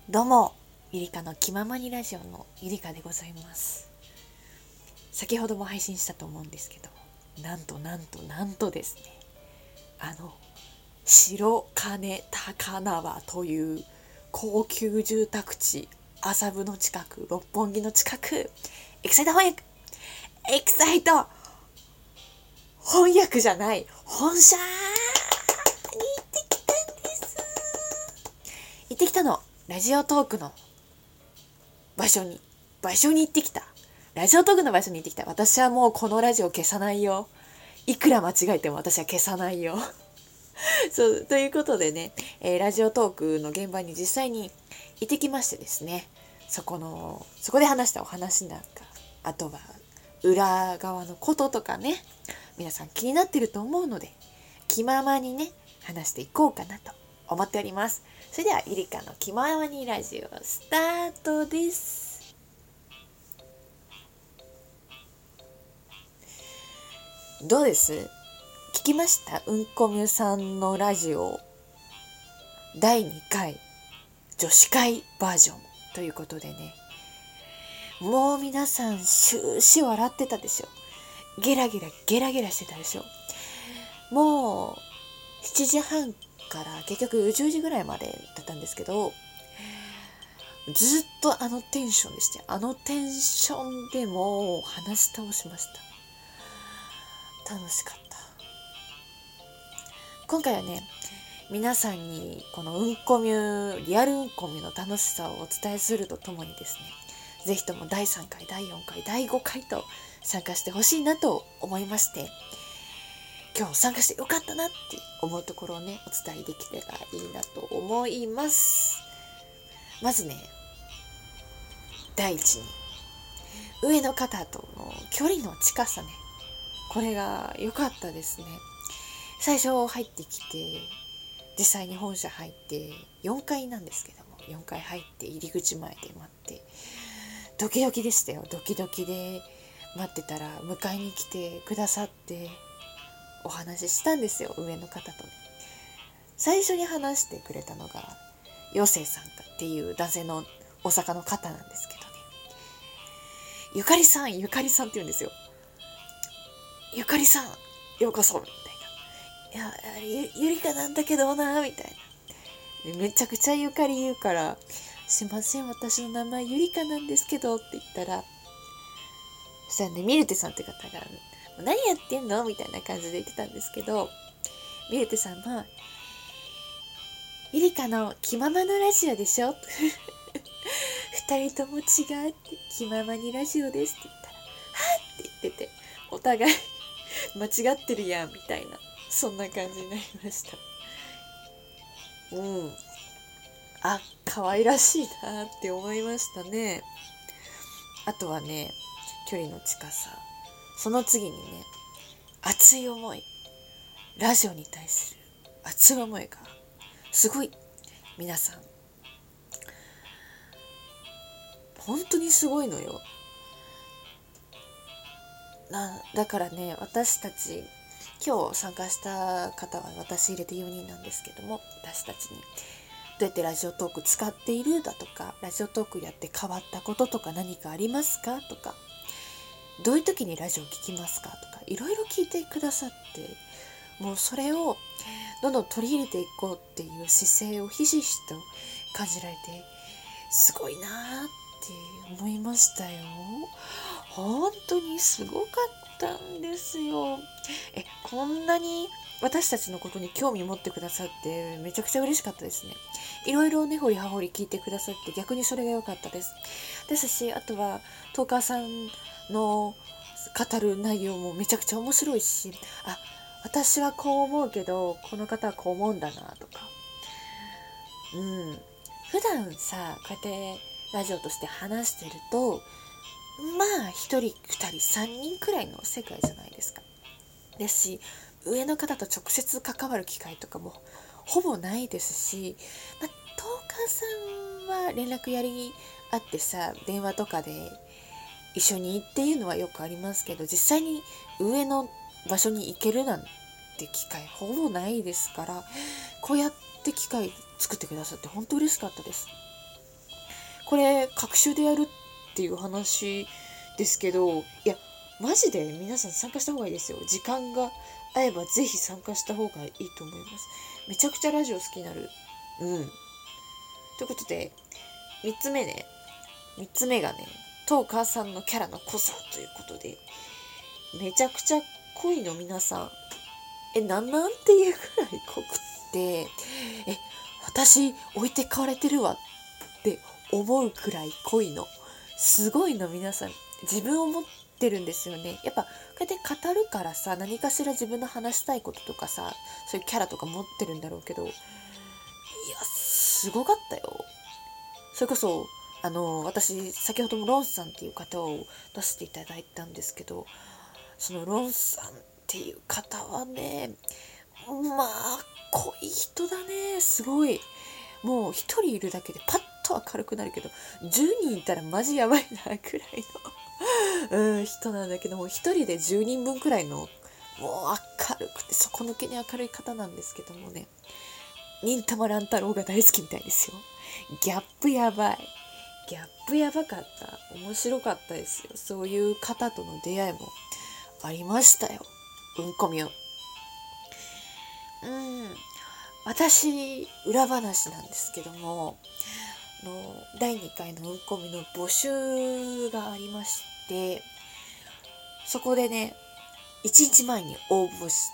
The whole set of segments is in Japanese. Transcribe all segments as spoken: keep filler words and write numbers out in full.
どうも、ゆりかの気ままにラジオのゆりかでございます。先ほども配信したと思うんですけど、なんとなんとなんとですね、あの白金高輪という高級住宅地、麻布の近く、六本木の近く、エキサイト翻訳エキサイト翻訳じゃない本社に行ってきたんです。行ってきたの。ラジオトークの場所に場所に行ってきた。ラジオトークの場所に行ってきた。私はもうこのラジオ消さないよ。いくら間違えても私は消さないよ。そうということでね、えー、ラジオトークの現場に実際に行ってきましてですね、そこのそこで話したお話なんか、あとは裏側のこととかね、皆さん気になってると思うので、気ままにね話していこうかなと思っております。それではゆりかの気ままにラジオスタートです。どうです？聞きました？うんこみゅさんのラジオだいにかい女子会バージョンということでね、もう皆さん終始笑ってたでしょ。ゲラゲラゲラゲラしてたでしょ。もうしちじはんから結局じゅうじぐらいまでだったんですけど、ずっとあのテンションでして、あのテンションでもう話し倒しました。楽しかった。今回はね、皆さんにこのうんこみゅリアルうんこみゅの楽しさをお伝えするとともにですね、ぜひともだいさんかいだいよんかいだいごかいと参加してほしいなと思いまして、今日参加してよかったなって思うところをねお伝えできてたらいいなと思います。まずね、第一に上の方との距離の近さね、これが良かったですね。最初入ってきて、実際に本社入ってよんかいなんですけども、よんかい入って入り口前で待って、ドキドキでしたよ。ドキドキで待ってたら迎えに来てくださってお話ししたんですよ、上の方とね。最初に話してくれたのがよせいさんっていう男性の大阪の方なんですけどね、ゆかりさんゆかりさんって言うんですよ。ゆかりさんようこそみたいな、いや ゆ, ゆりかなんだけどなみたいな、でめちゃくちゃゆかり言うから、すいません私の名前ゆりかなんですけどって言ったら、そしたらね、ミルテさんって方が何やってんのみたいな感じで言ってたんですけど、ミルテさんもゆりかの気ままのラジオでしょ二人とも違うって、気ままにラジオですって言ったら、はっって言ってて、お互い間違ってるやんみたいな、そんな感じになりました。うん、あ、可愛らしいなって思いましたね。あとはね、距離の近さ、その次にね、熱い思い、ラジオに対する熱い思いがすごい。皆さん本当にすごいのよ。なだからね、私たち今日参加した方は私入れてよにんなんですけども、私たちにどうやってラジオトーク使っているだとか、ラジオトークやって変わったこととか何かありますかとか、どういう時にラジオ聞きますかとか、いろいろ聞いてくださって、もうそれをどんどん取り入れていこうっていう姿勢をひしひしと感じられて、すごいなって思いましたよ。本当にすごかったんですよ。え、こんなに私たちのことに興味持ってくださってめちゃくちゃ嬉しかったですね。いろいろね、掘り葉掘り聞いてくださって、逆にそれが良かったです。ですし、あとはトーカーさんの語る内容もめちゃくちゃ面白いし、あ、私はこう思うけどこの方はこう思うんだなとか、うん、普段さこうやってラジオとして話してると、まあひとりふたりさんにんくらいの世界じゃないですか。ですし、上の方と直接関わる機会とかもほぼないですし、まあ、トーカーさんは連絡やり合ってさ、電話とかで一緒にっていうのはよくありますけど、実際に上の場所に行けるなんて機会ほぼないですから、こうやって機会作ってくださって本当嬉しかったです。 これ隔週でやるっていう話ですけど、いやマジで皆さん参加した方がいいですよ。時間が合えばぜひ参加した方がいいと思います。めちゃくちゃラジオ好きになる。うん。ということで、みっつめね。みっつめがね、当母さんのキャラの濃さということで、めちゃくちゃ濃いの皆さん。え、なんなんっていうくらい濃くって、え、私置いてかわれてるわって思うくらい濃いの。すごいの皆さん。自分を持ってるんですよね。やっぱこうやって語るからさ、何かしら自分の話したいこととかさ、そういうキャラとか持ってるんだろうけど、いや、すごかったよ。それこそ、あの、私、先ほどもロンさんっていう方を出していただいたんですけど、そのロンさんっていう方はね、まあ、濃い人だね。すごい。もう一人いるだけでパッと明るくなるけど、じゅうにんいたらマジやばいな、くらいの、うん、人なんだけども、一人でじゅうにんぶんくらいの、もう明るくて底抜けに明るい方なんですけどもね、忍たま乱太郎が大好きみたいですよ。ギャップやばい。ギャップやばかった。面白かったですよ。そういう方との出会いもありましたよ。うんこみゅ。うん。私、裏話なんですけども、のだいにかいのうんこみの募集がありまして、そこでね、いちにちまえに応募して、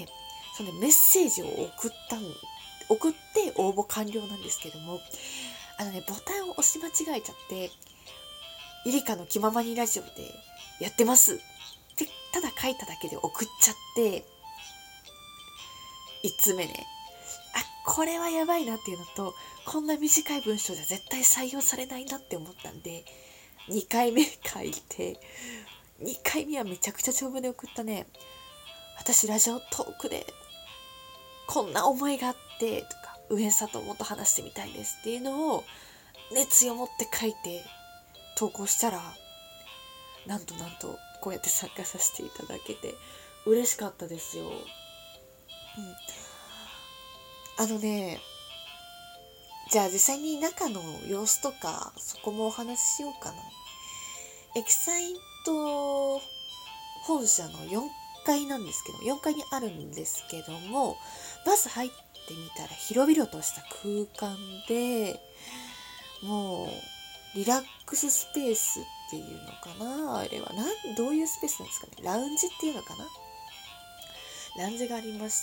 そのメッセージを送ったん、送って応募完了なんですけども、あのね、ボタンを押し間違えちゃって、ゆりかの気ままにラジオでやってますってただ書いただけで送っちゃって、いっつめね、あ、これはやばいなっていうのと、こんな短い文章じゃ絶対採用されないなって思ったんで、にかいめ書いて、にかいめはめちゃくちゃ長文で送ったね。私ラジオトークでこんな思いがあってとか、上里もっと話してみたいですっていうのを熱意を持って書いて投稿したら、なんとなんとこうやって参加させていただけて嬉しかったですよ。うん、あのね、じゃあ実際に中の様子とかそこもお話ししようかな。エキサイト本社のよんかいなんですけど、よんかいにあるんですけども、まず入ってみたら広々とした空間で、もうリラックススペースっていうのかな、あれはなんどういうスペースなんですかね、ラウンジっていうのかな、ラウンジがありまして、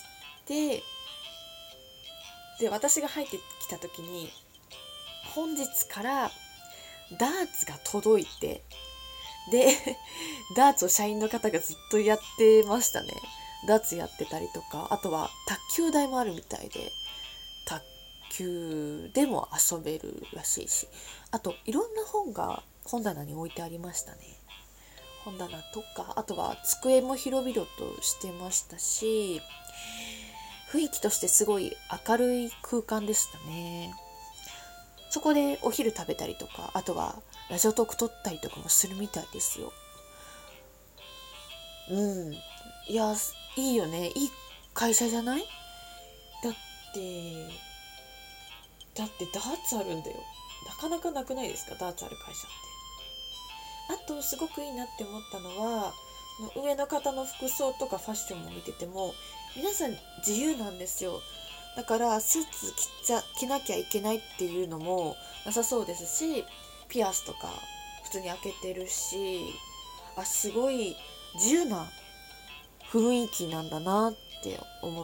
で私が入ってきた時に本日からダーツが届いて、でダーツを社員の方がずっとやってましたね。ダーツやってたりとか、あとは卓球台もあるみたいで、卓球でも遊べるらしいし、あといろんな本が本棚に置いてありましたね。本棚とか、あとは机も広々としてましたし、雰囲気としてすごい明るい空間でしたね。そこでお昼食べたりとか、あとはラジオトーク撮ったりとかもするみたいですよ。うん。いや、いいよね。いい会社じゃない？だって、だってダーツあるんだよ。なかなかなくないですか、ダーツある会社って。あと、すごくいいなって思ったのは、上の方の服装とかファッションも見てても、皆さん自由なんですよ。だからスーツ着ちゃ着なきゃいけないっていうのもなさそうですし、ピアスとか普通に開けてるし、あ、すごい自由な雰囲気なんだなって思った。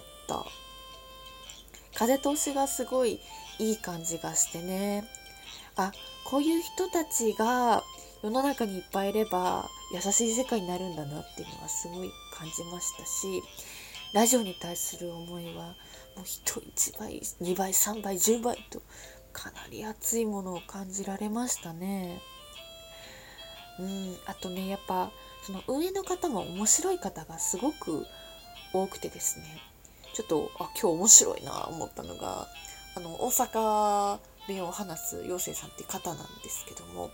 風通しがすごいいい感じがしてね、あ、こういう人たちが世の中にいっぱいいれば優しい世界になるんだなっていうのはすごい感じましたし、ラジオに対する思いはもう人一倍、にばい、さんばい、じゅうばいとかなり熱いものを感じられましたね。うん、あとね、やっぱその運営の方も面白い方がすごく多くてですね、ちょっとあ今日面白いな思ったのが、あの大阪弁を話す妖精さんっていう方なんですけども、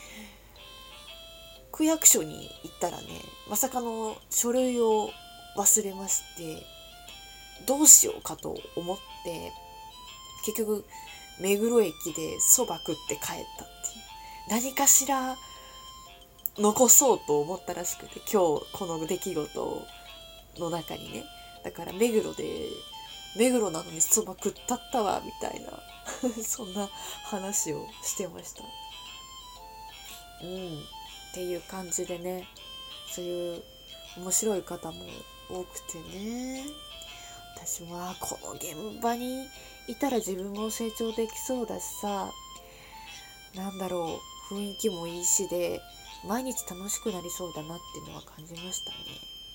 区役所に行ったらね、まさかの書類を忘れまして、どうしようかと思って、結局目黒駅でそば食って帰ったっていう。 何かしら残そうと思ったらしくて、今日この出来事の中にね。だから目黒で目黒なのにそば食ったったわみたいなそんな話をしてました。うんっていう感じでね、そういう面白い方も多くてね、私はこの現場にいたら自分も成長できそうだしさ、なんだろう、雰囲気もいいしで毎日楽しくなりそうだなっていうのは感じましたね。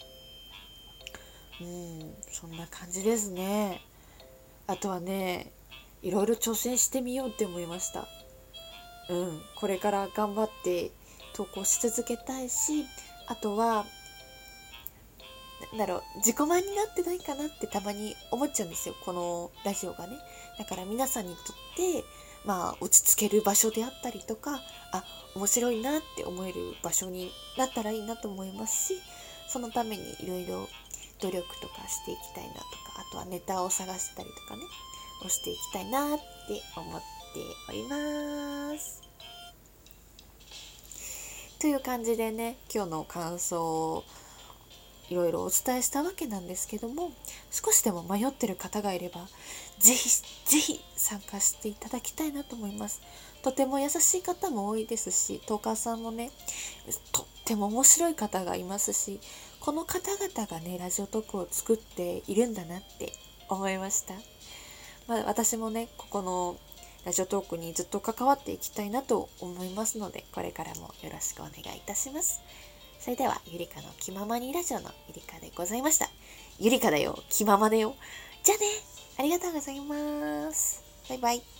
うん、そんな感じですね。あとはね、いろいろ挑戦してみようって思いました。うん、これから頑張って投稿し続けたいし、あとはなんだろう、自己満になってないかなってたまに思っちゃうんですよ、このラジオがね。だから皆さんにとってまあ落ち着ける場所であったりとか、あ、面白いなって思える場所になったらいいなと思いますし、そのためにいろいろ努力とかしていきたいなとか、あとはネタを探したりとかね、をしていきたいなって思っております。という感じでね、今日の感想をいろいろお伝えしたわけなんですけども、少しでも迷ってる方がいればぜひぜひ参加していただきたいなと思います。とても優しい方も多いですし、トーカーさんもねとっても面白い方がいますし、この方々がねラジオトークを作っているんだなって思いました。まあ、私もねここのラジオトークにずっと関わっていきたいなと思いますので、これからもよろしくお願いいたします。それではゆりかの気ままにラジオのゆりかでございました。ゆりかだよ、気ままだよ。じゃあね、ありがとうございます。バイバイ。